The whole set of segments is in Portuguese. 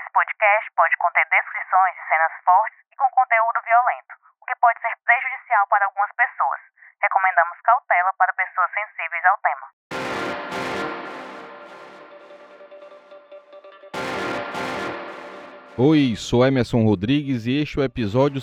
Esse podcast pode conter descrições de cenas fortes e com conteúdo violento, o que pode ser prejudicial para algumas pessoas. Recomendamos cautela para pessoas sensíveis ao tema. Oi, sou Emerson Rodrigues e este é o episódio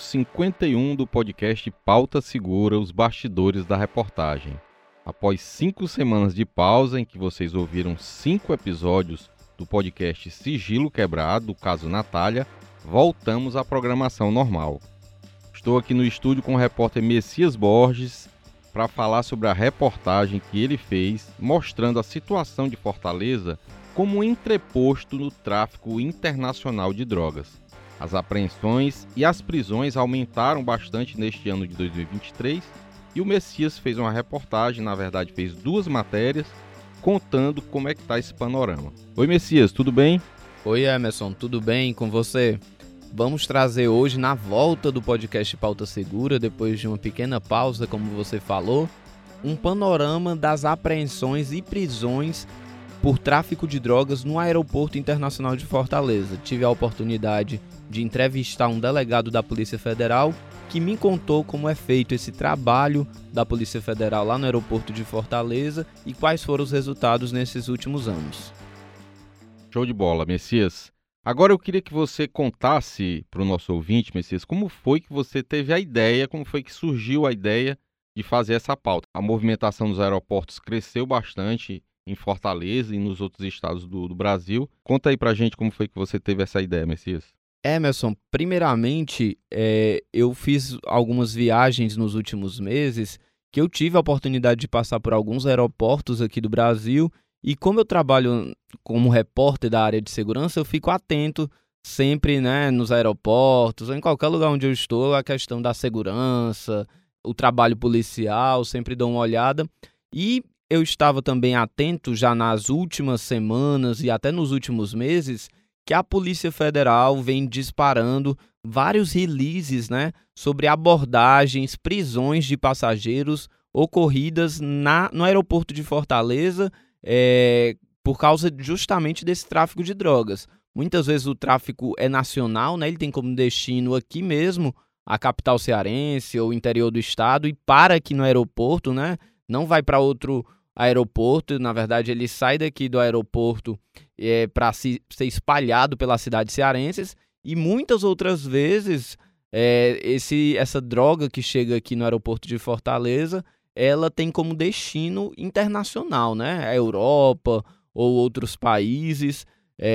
51 do podcast Pauta Segura, os bastidores da reportagem. Após 5 semanas de pausa em que vocês ouviram 5 episódios do podcast Sigilo Quebrado, do caso Natália, voltamos à programação normal. Estou aqui no estúdio com o repórter Messias Borges para falar sobre a reportagem que ele fez mostrando a situação de Fortaleza como um entreposto no tráfico internacional de drogas. As apreensões e as prisões aumentaram bastante neste ano de 2023 e o Messias fez uma reportagem, na verdade fez 2 matérias, contando como é que está esse panorama. Oi Messias, tudo bem? Oi Emerson, tudo bem com você? Vamos trazer hoje, na volta do podcast Pauta Segura, depois de uma pequena pausa, como você falou, um panorama das apreensões e prisões por tráfico de drogas no Aeroporto Internacional de Fortaleza. Tive a oportunidade de entrevistar um delegado da Polícia Federal que me contou como é feito esse trabalho da Polícia Federal lá no Aeroporto de Fortaleza e quais foram os resultados nesses últimos anos. Show de bola, Messias. Agora eu queria que você contasse para o nosso ouvinte, Messias, como foi que você teve a ideia, como foi que surgiu a ideia de fazer essa pauta. A movimentação nos aeroportos cresceu bastante em Fortaleza e nos outros estados do Brasil. Conta aí pra gente como foi que você teve essa ideia, Messias. Emerson, primeiramente, eu fiz algumas viagens nos últimos meses que eu tive a oportunidade de passar por alguns aeroportos aqui do Brasil e como eu trabalho como repórter da área de segurança, eu fico atento sempre, nos aeroportos ou em qualquer lugar onde eu estou, a questão da segurança, o trabalho policial, sempre dou uma olhada e eu estava também atento já nas últimas semanas e até nos últimos meses que a Polícia Federal vem disparando vários releases, sobre abordagens, prisões de passageiros ocorridas no aeroporto de Fortaleza por causa justamente desse tráfico de drogas. Muitas vezes o tráfico é nacional, ele tem como destino aqui mesmo a capital cearense ou o interior do estado e para aqui no aeroporto, não vai para outro aeroporto, na verdade ele sai daqui do aeroporto para ser espalhado pelas cidades cearenses e muitas outras vezes essa droga que chega aqui no aeroporto de Fortaleza, ela tem como destino internacional, a Europa ou outros países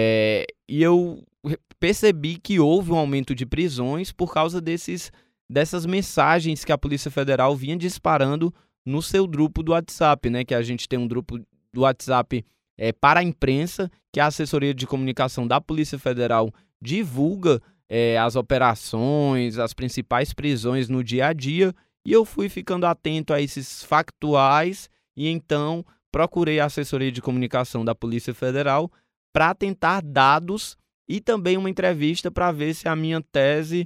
e eu percebi que houve um aumento de prisões por causa dessas mensagens que a Polícia Federal vinha disparando no seu grupo do WhatsApp, que a gente tem um grupo do WhatsApp para a imprensa, que a assessoria de comunicação da Polícia Federal divulga as operações, as principais prisões no dia a dia, e eu fui ficando atento a esses factuais e então procurei a assessoria de comunicação da Polícia Federal para tentar dados e também uma entrevista para ver se a minha tese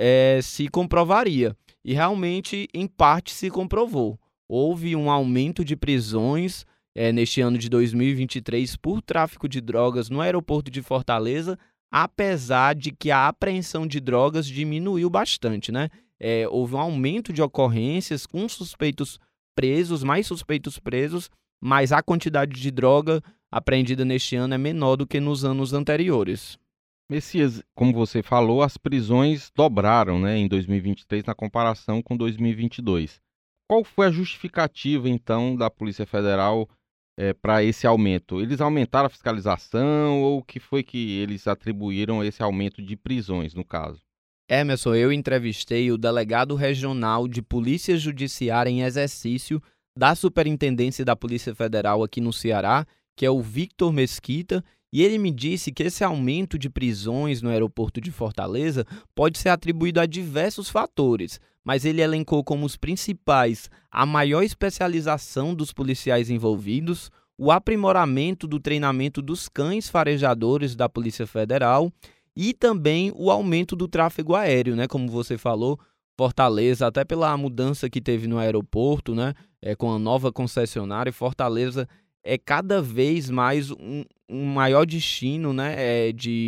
se comprovaria. E realmente, em parte, se comprovou. Houve um aumento de prisões neste ano de 2023 por tráfico de drogas no aeroporto de Fortaleza, apesar de que a apreensão de drogas diminuiu bastante, houve um aumento de ocorrências com suspeitos presos, mais suspeitos presos, mas a quantidade de droga apreendida neste ano é menor do que nos anos anteriores. Messias, como você falou, as prisões dobraram, em 2023 na comparação com 2022. Qual foi a justificativa, então, da Polícia Federal para esse aumento? Eles aumentaram a fiscalização ou o que foi que eles atribuíram a esse aumento de prisões, no caso? Emerson, eu entrevistei o delegado regional de Polícia Judiciária em exercício da Superintendência da Polícia Federal aqui no Ceará, que é o Victor Mesquita, e ele me disse que esse aumento de prisões no aeroporto de Fortaleza pode ser atribuído a diversos fatores, mas ele elencou como os principais a maior especialização dos policiais envolvidos, o aprimoramento do treinamento dos cães farejadores da Polícia Federal e também o aumento do tráfego aéreo, como você falou, Fortaleza, até pela mudança que teve no aeroporto, com a nova concessionária, Fortaleza é cada vez mais um maior destino de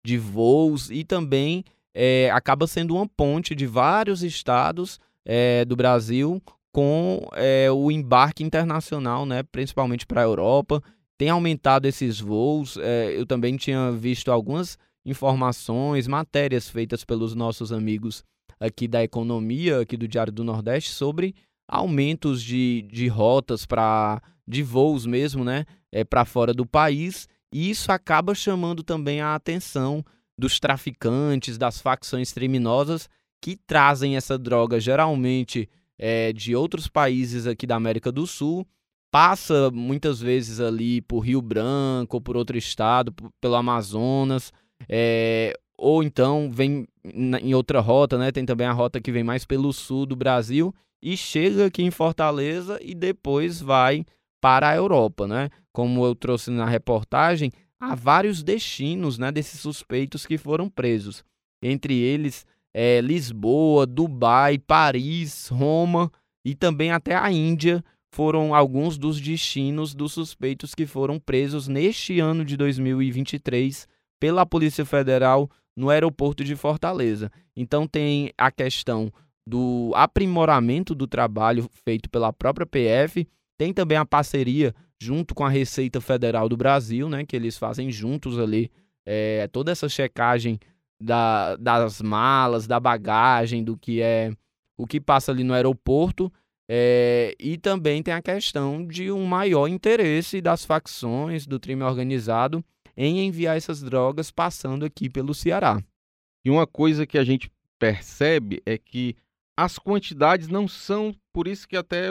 de voos e também acaba sendo uma ponte de vários estados do Brasil com o embarque internacional, né, principalmente para a Europa. Tem aumentado esses voos. Eu também tinha visto algumas informações, matérias feitas pelos nossos amigos aqui da economia, aqui do Diário do Nordeste, sobre aumentos de rotas de voos mesmo, né, para fora do país. E isso acaba chamando também a atenção dos traficantes, das facções criminosas que trazem essa droga geralmente de outros países aqui da América do Sul, passa muitas vezes ali por Rio Branco ou por outro estado, pelo Amazonas, ou então vem em outra rota, né? Tem também a rota que vem mais pelo sul do Brasil e chega aqui em Fortaleza e depois vai para a Europa, né? Como eu trouxe na reportagem, há vários destinos, né, desses suspeitos que foram presos. Entre eles, Lisboa, Dubai, Paris, Roma e também até a Índia foram alguns dos destinos dos suspeitos que foram presos neste ano de 2023 pela Polícia Federal no aeroporto de Fortaleza. Então tem a questão do aprimoramento do trabalho feito pela própria PF, tem também a parceria junto com a Receita Federal do Brasil, né, que eles fazem juntos ali toda essa checagem das malas, da bagagem, do que o que passa ali no aeroporto. E também tem a questão de um maior interesse das facções do crime organizado em enviar essas drogas passando aqui pelo Ceará. E uma coisa que a gente percebe é que as quantidades não são, por isso que até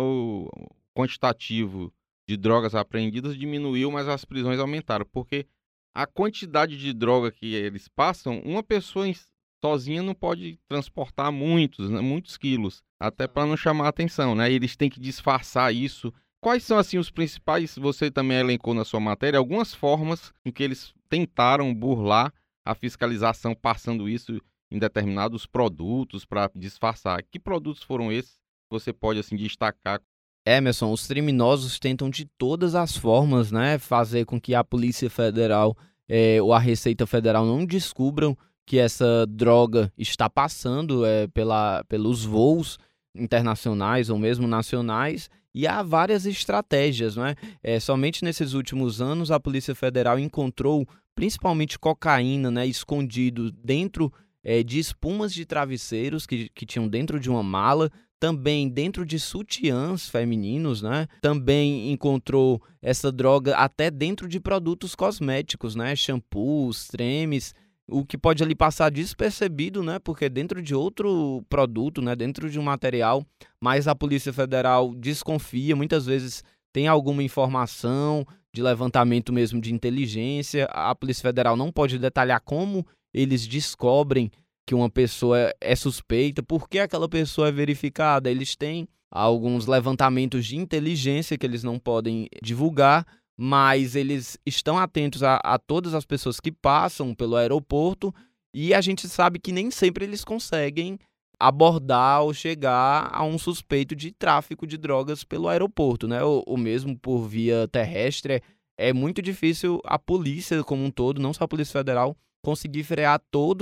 o quantitativo de drogas apreendidas diminuiu, mas as prisões aumentaram, porque a quantidade de droga que eles passam, uma pessoa sozinha não pode transportar muitos quilos, até para não chamar a atenção, né? Eles têm que disfarçar isso. Quais são, assim, os principais, você também elencou na sua matéria, algumas formas em que eles tentaram burlar a fiscalização passando isso em determinados produtos para disfarçar. Que produtos foram esses que você pode, assim, destacar? Emerson, os criminosos tentam de todas as formas, né, fazer com que a Polícia Federal ou a Receita Federal não descubram que essa droga está passando pelos voos internacionais ou mesmo nacionais, e há várias estratégias, né? Somente nesses últimos anos a Polícia Federal encontrou principalmente cocaína, né, escondido dentro de espumas de travesseiros que tinham dentro de uma mala, também dentro de sutiãs femininos, né? Também encontrou essa droga até dentro de produtos cosméticos, né? Shampoos, cremes, o que pode ali passar despercebido, né? Porque dentro de outro produto, né? Dentro de um material, mas a Polícia Federal desconfia, muitas vezes tem alguma informação de levantamento mesmo de inteligência. A Polícia Federal não pode detalhar como eles descobrem que uma pessoa é suspeita, por que aquela pessoa é verificada. Eles têm alguns levantamentos de inteligência que eles não podem divulgar, mas eles estão atentos a todas as pessoas que passam pelo aeroporto, e a gente sabe que nem sempre eles conseguem abordar ou chegar a um suspeito de tráfico de drogas pelo aeroporto, né? Ou mesmo por via terrestre. É muito difícil a polícia como um todo, não só a Polícia Federal, conseguir frear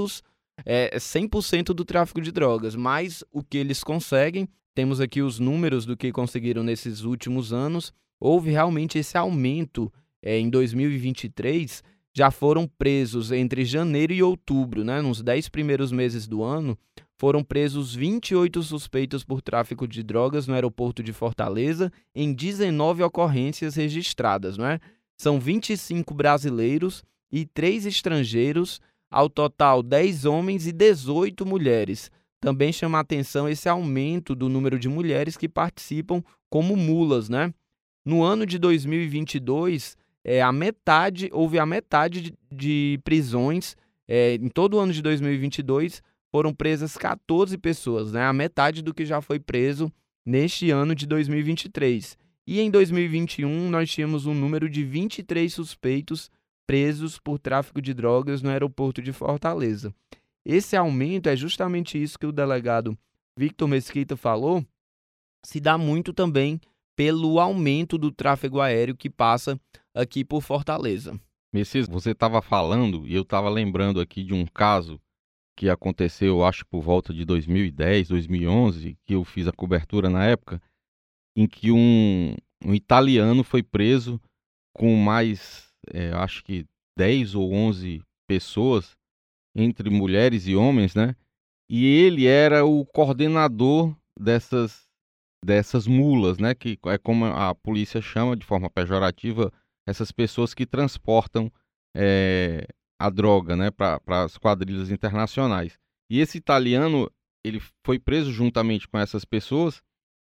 100% do tráfico de drogas, mas o que eles conseguem, temos aqui os números do que conseguiram nesses últimos anos. Houve realmente esse aumento em 2023, já foram presos entre janeiro e outubro, né, nos 10 primeiros meses do ano, foram presos 28 suspeitos por tráfico de drogas no aeroporto de Fortaleza, em 19 ocorrências registradas, né? São 25 brasileiros e 3 estrangeiros, ao total 10 homens e 18 mulheres. Também chama a atenção esse aumento do número de mulheres que participam como mulas, né? No ano de 2022, houve a metade de prisões. Em todo o ano de 2022, foram presas 14 pessoas, né? A metade do que já foi preso neste ano de 2023. E em 2021, nós tínhamos um número de 23 suspeitos presos por tráfico de drogas no aeroporto de Fortaleza. Esse aumento é justamente isso que o delegado Victor Mesquita falou, se dá muito também pelo aumento do tráfego aéreo que passa aqui por Fortaleza. Messias, você estava falando e eu estava lembrando aqui de um caso que aconteceu, acho, por volta de 2010, 2011, que eu fiz a cobertura na época, em que um italiano foi preso com mais, acho que 10 ou 11 pessoas, entre mulheres e homens, né? E ele era o coordenador dessas mulas, né? Que é como a polícia chama de forma pejorativa essas pessoas que transportam a droga, né? Para as quadrilhas internacionais. E esse italiano, ele foi preso juntamente com essas pessoas.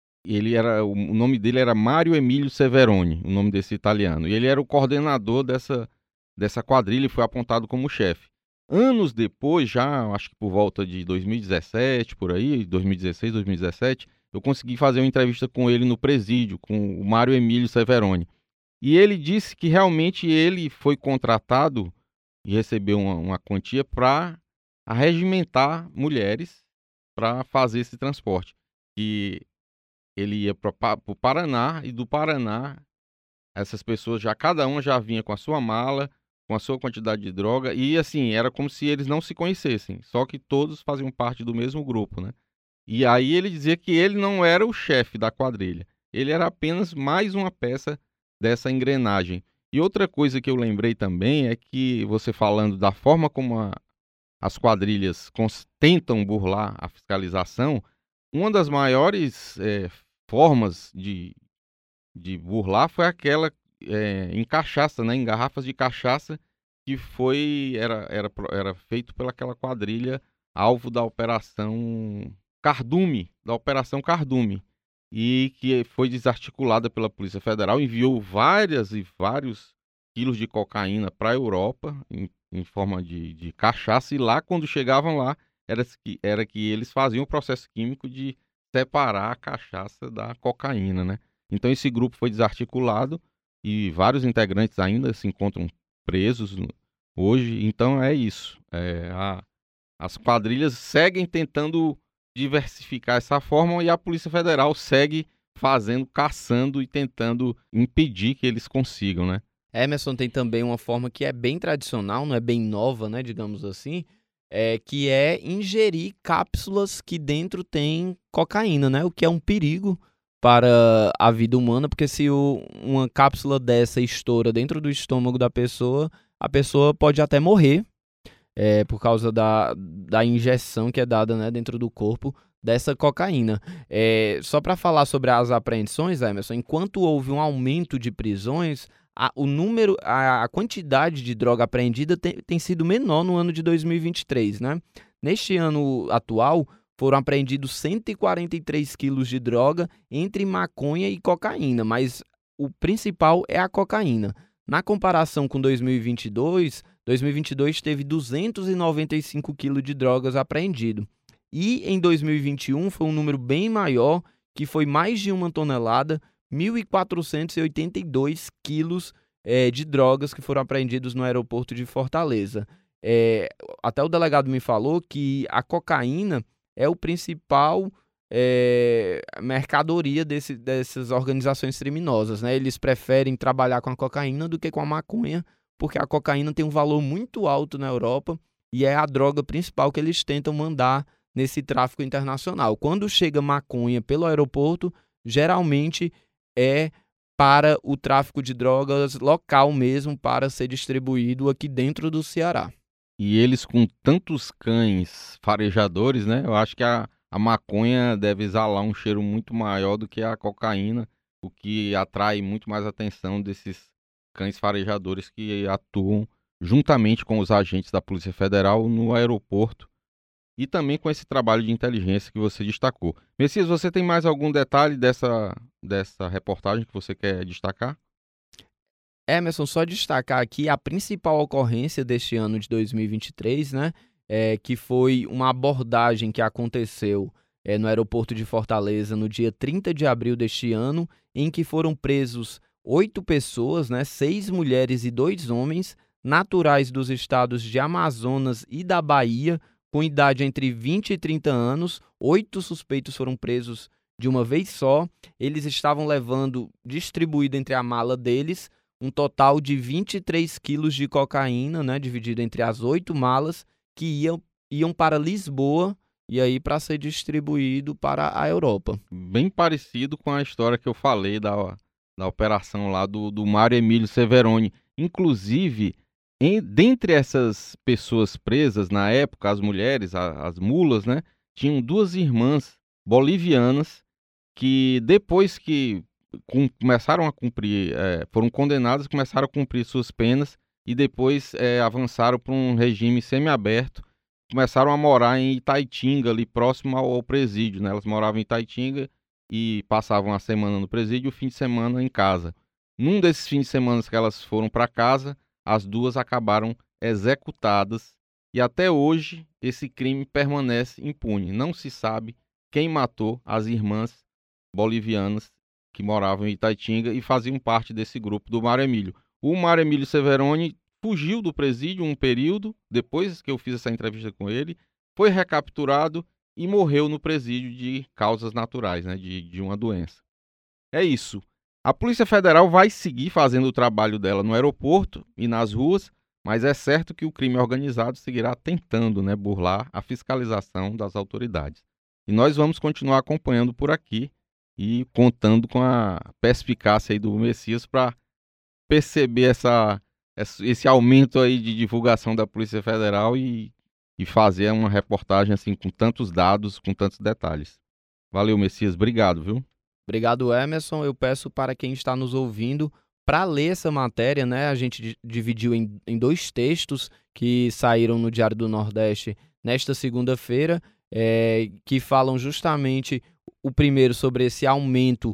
O nome dele era Mário Emílio Severoni, o nome desse italiano. E ele era o coordenador dessa quadrilha e foi apontado como chefe. Anos depois, já acho que por volta de 2017, por aí, 2016, 2017, eu consegui fazer uma entrevista com ele no presídio, com o Mário Emílio Severoni. E ele disse que realmente ele foi contratado e recebeu uma quantia para arregimentar mulheres para fazer esse transporte. E ele ia para o Paraná, e do Paraná essas pessoas cada uma já vinha com a sua mala, com a sua quantidade de droga, e assim, era como se eles não se conhecessem, só que todos faziam parte do mesmo grupo, né? E aí ele dizia que ele não era o chefe da quadrilha, ele era apenas mais uma peça dessa engrenagem. E outra coisa que eu lembrei também é que, você falando da forma como as quadrilhas tentam burlar a fiscalização, uma das maiores formas de burlar foi aquela em cachaça, né, em garrafas de cachaça, que era feito pelaquela quadrilha alvo da Operação Cardume, e que foi desarticulada pela Polícia Federal, enviou vários quilos de cocaína para a Europa em forma de cachaça, e lá, quando chegavam lá, era que eles faziam o processo químico de separar a cachaça da cocaína, né? Então esse grupo foi desarticulado e vários integrantes ainda se encontram presos hoje. Então é isso. As quadrilhas seguem tentando diversificar essa forma e a Polícia Federal segue caçando e tentando impedir que eles consigam, né? Emerson, tem também uma forma que é bem tradicional, não é bem nova, né, digamos assim, que é ingerir cápsulas que dentro tem cocaína, né? O que é um perigo para a vida humana, porque se uma cápsula dessa estoura dentro do estômago da pessoa, a pessoa pode até morrer por causa da injeção que é dada, né, dentro do corpo dessa cocaína. Só para falar sobre as apreensões, Emerson, enquanto houve um aumento de prisões, a quantidade de droga apreendida tem sido menor no ano de 2023, né? Neste ano atual, foram apreendidos 143 quilos de droga entre maconha e cocaína, mas o principal é a cocaína. Na comparação com 2022, 2022 teve 295 quilos de drogas apreendido. E em 2021 foi um número bem maior, que foi mais de 1 tonelada, 1.482 quilos de drogas que foram apreendidos no aeroporto de Fortaleza. Até o delegado me falou que a cocaína é o principal mercadoria dessas organizações criminosas, né? Eles preferem trabalhar com a cocaína do que com a maconha, porque a cocaína tem um valor muito alto na Europa e é a droga principal que eles tentam mandar nesse tráfico internacional. Quando chega maconha pelo aeroporto, geralmente é para o tráfico de drogas local mesmo, para ser distribuído aqui dentro do Ceará. E eles, com tantos cães farejadores, né? Eu acho que a maconha deve exalar um cheiro muito maior do que a cocaína, o que atrai muito mais atenção desses cães farejadores que atuam juntamente com os agentes da Polícia Federal no aeroporto, e também com esse trabalho de inteligência que você destacou. Messias, você tem mais algum detalhe dessa reportagem que você quer destacar? Emerson, só destacar aqui a principal ocorrência deste ano de 2023, né? Que foi uma abordagem que aconteceu no aeroporto de Fortaleza no dia 30 de abril deste ano, em que foram presos 8 pessoas, né? 6 mulheres e 2 homens, naturais dos estados de Amazonas e da Bahia, com idade entre 20 e 30 anos. 8 suspeitos foram presos de uma vez só. Eles estavam levando, distribuído entre a mala deles, um total de 23 quilos de cocaína, né, dividido entre as 8 malas que iam para Lisboa e aí para ser distribuído para a Europa. Bem parecido com a história que eu falei da operação lá do Mário Emílio Severoni. Inclusive, dentre essas pessoas presas na época, as mulheres, as mulas, né, tinham 2 irmãs bolivianas que depois que começaram a cumprir, foram condenadas, começaram a cumprir suas penas e depois avançaram para um regime semiaberto, começaram a morar em Itaitinga, ali próximo ao presídio, né? Elas moravam em Itaitinga e passavam a semana no presídio e o fim de semana em casa. Num desses fins de semana que elas foram para casa, as 2 acabaram executadas e até hoje esse crime permanece impune. Não se sabe quem matou as irmãs bolivianas que moravam em Itaitinga e faziam parte desse grupo do Mário Emílio. O Mário Emílio Severoni fugiu do presídio um período, depois que eu fiz essa entrevista com ele, foi recapturado e morreu no presídio de causas naturais, né, de uma doença. É isso. A Polícia Federal vai seguir fazendo o trabalho dela no aeroporto e nas ruas, mas é certo que o crime organizado seguirá tentando, né, burlar a fiscalização das autoridades. E nós vamos continuar acompanhando por aqui e contando com a perspicácia aí do Messias para perceber esse aumento aí de divulgação da Polícia Federal e fazer uma reportagem assim com tantos dados, com tantos detalhes. Valeu, Messias, obrigado, viu? Obrigado, Emerson. Eu peço para quem está nos ouvindo para ler essa matéria, né? A gente dividiu em 2 textos que saíram no Diário do Nordeste nesta segunda-feira, que falam justamente o primeiro sobre esse aumento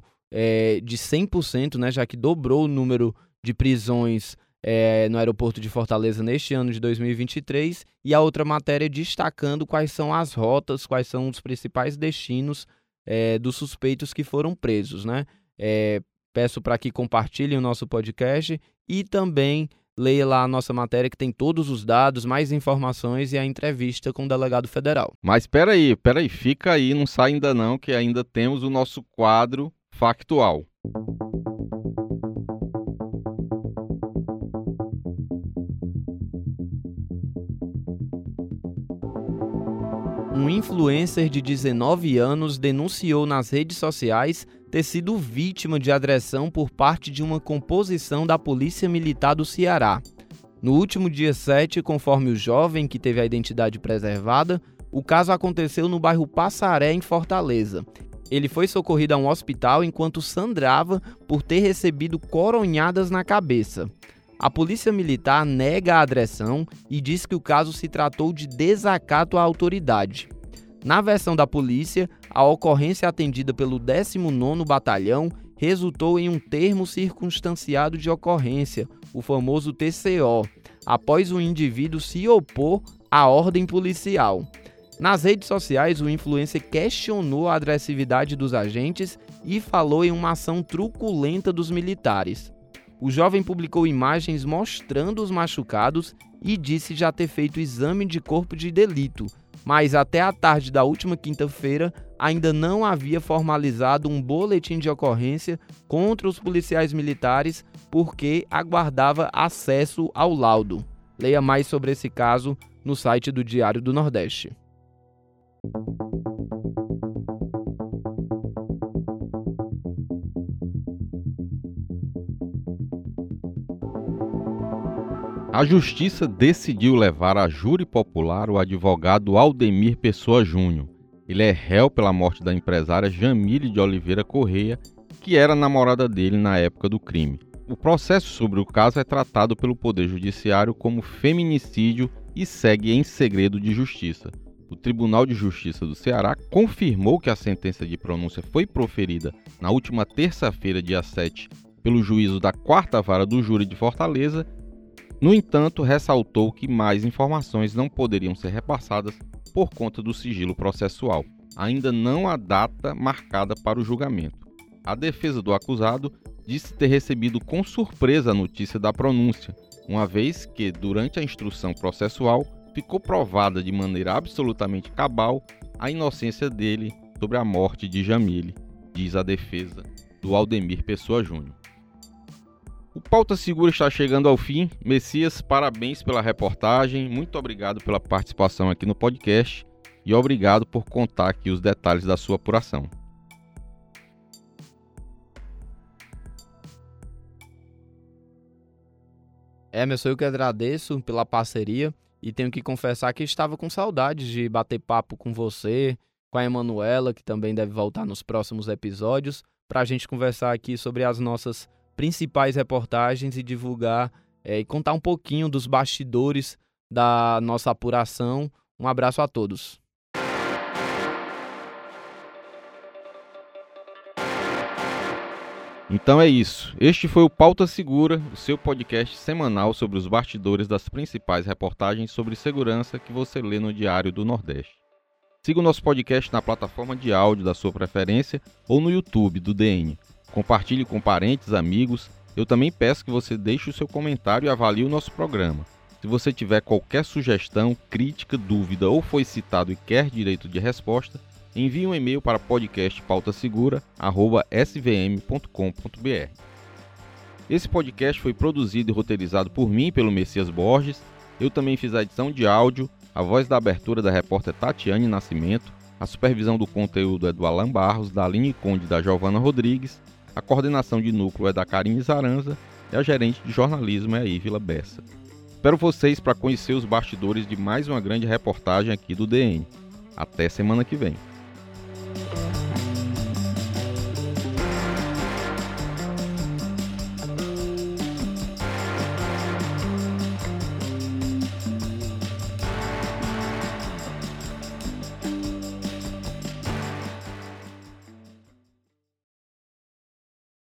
de 100%, né? Já que dobrou o número de prisões no aeroporto de Fortaleza neste ano de 2023, e a outra matéria destacando quais são as rotas, quais são os principais destinos dos suspeitos que foram presos, né? Peço para que compartilhem o nosso podcast e também leia lá a nossa matéria que tem todos os dados, mais informações e a entrevista com o delegado federal. Mas espera aí, fica aí, não sai ainda não, que ainda temos o nosso quadro factual. Um influencer de 19 anos denunciou nas redes sociais ter sido vítima de agressão por parte de uma composição da Polícia Militar do Ceará. No último dia 7, conforme o jovem, que teve a identidade preservada, o caso aconteceu no bairro Passaré, em Fortaleza. Ele foi socorrido a um hospital enquanto sangrava por ter recebido coronhadas na cabeça. A Polícia Militar nega a agressão e diz que o caso se tratou de desacato à autoridade. Na versão da polícia, a ocorrência atendida pelo 19º Batalhão resultou em um termo circunstanciado de ocorrência, o famoso TCO, após o indivíduo se opor à ordem policial. Nas redes sociais, o influencer questionou a agressividade dos agentes e falou em uma ação truculenta dos militares. O jovem publicou imagens mostrando os machucados e disse já ter feito exame de corpo de delito, mas até a tarde da última quinta-feira ainda não havia formalizado um boletim de ocorrência contra os policiais militares porque aguardava acesso ao laudo. Leia mais sobre esse caso no site do Diário do Nordeste. A Justiça decidiu levar a júri popular o advogado Aldemir Pessoa Júnior. Ele é réu pela morte da empresária Jamile de Oliveira Correia, que era namorada dele na época do crime. O processo sobre o caso é tratado pelo Poder Judiciário como feminicídio e segue em segredo de justiça. O Tribunal de Justiça do Ceará confirmou que a sentença de pronúncia foi proferida na última terça-feira, dia 7, pelo juízo da 4ª Vara do Júri de Fortaleza. No entanto, ressaltou que mais informações não poderiam ser repassadas por conta do sigilo processual. Ainda não há data marcada para o julgamento. A defesa do acusado disse ter recebido com surpresa a notícia da pronúncia, uma vez que, durante a instrução processual, ficou provada de maneira absolutamente cabal a inocência dele sobre a morte de Jamile, diz a defesa do Aldemir Pessoa Júnior. O Pauta Segura está chegando ao fim. Messias, parabéns pela reportagem, muito obrigado pela participação aqui no podcast e obrigado por contar aqui os detalhes da sua apuração. Emerson, eu que agradeço pela parceria e tenho que confessar que estava com saudades de bater papo com você, com a Emanuela, que também deve voltar nos próximos episódios, para a gente conversar aqui sobre as nossas principais reportagens e divulgar e contar um pouquinho dos bastidores da nossa apuração. Um abraço a todos. Então é isso. Este foi o Pauta Segura, o seu podcast semanal sobre os bastidores das principais reportagens sobre segurança que você lê no Diário do Nordeste. Siga o nosso podcast na plataforma de áudio da sua preferência ou no YouTube do DN. Compartilhe com parentes, amigos. Eu também peço que você deixe o seu comentário e avalie o nosso programa. Se você tiver qualquer sugestão, crítica, dúvida ou foi citado e quer direito de resposta, envie um e-mail para podcastpautasegura@svm.com.br. Esse podcast foi produzido e roteirizado por mim, pelo Messias Borges. Eu também fiz a edição de áudio, a voz da abertura da repórter Tatiane Nascimento, a supervisão do conteúdo é do Alan Barros, da Aline Conde e da Giovana Rodrigues, a coordenação de núcleo é da Karine Zaranza e a gerente de jornalismo é a Ívila Bessa. Espero vocês para conhecer os bastidores de mais uma grande reportagem aqui do DN. Até semana que vem.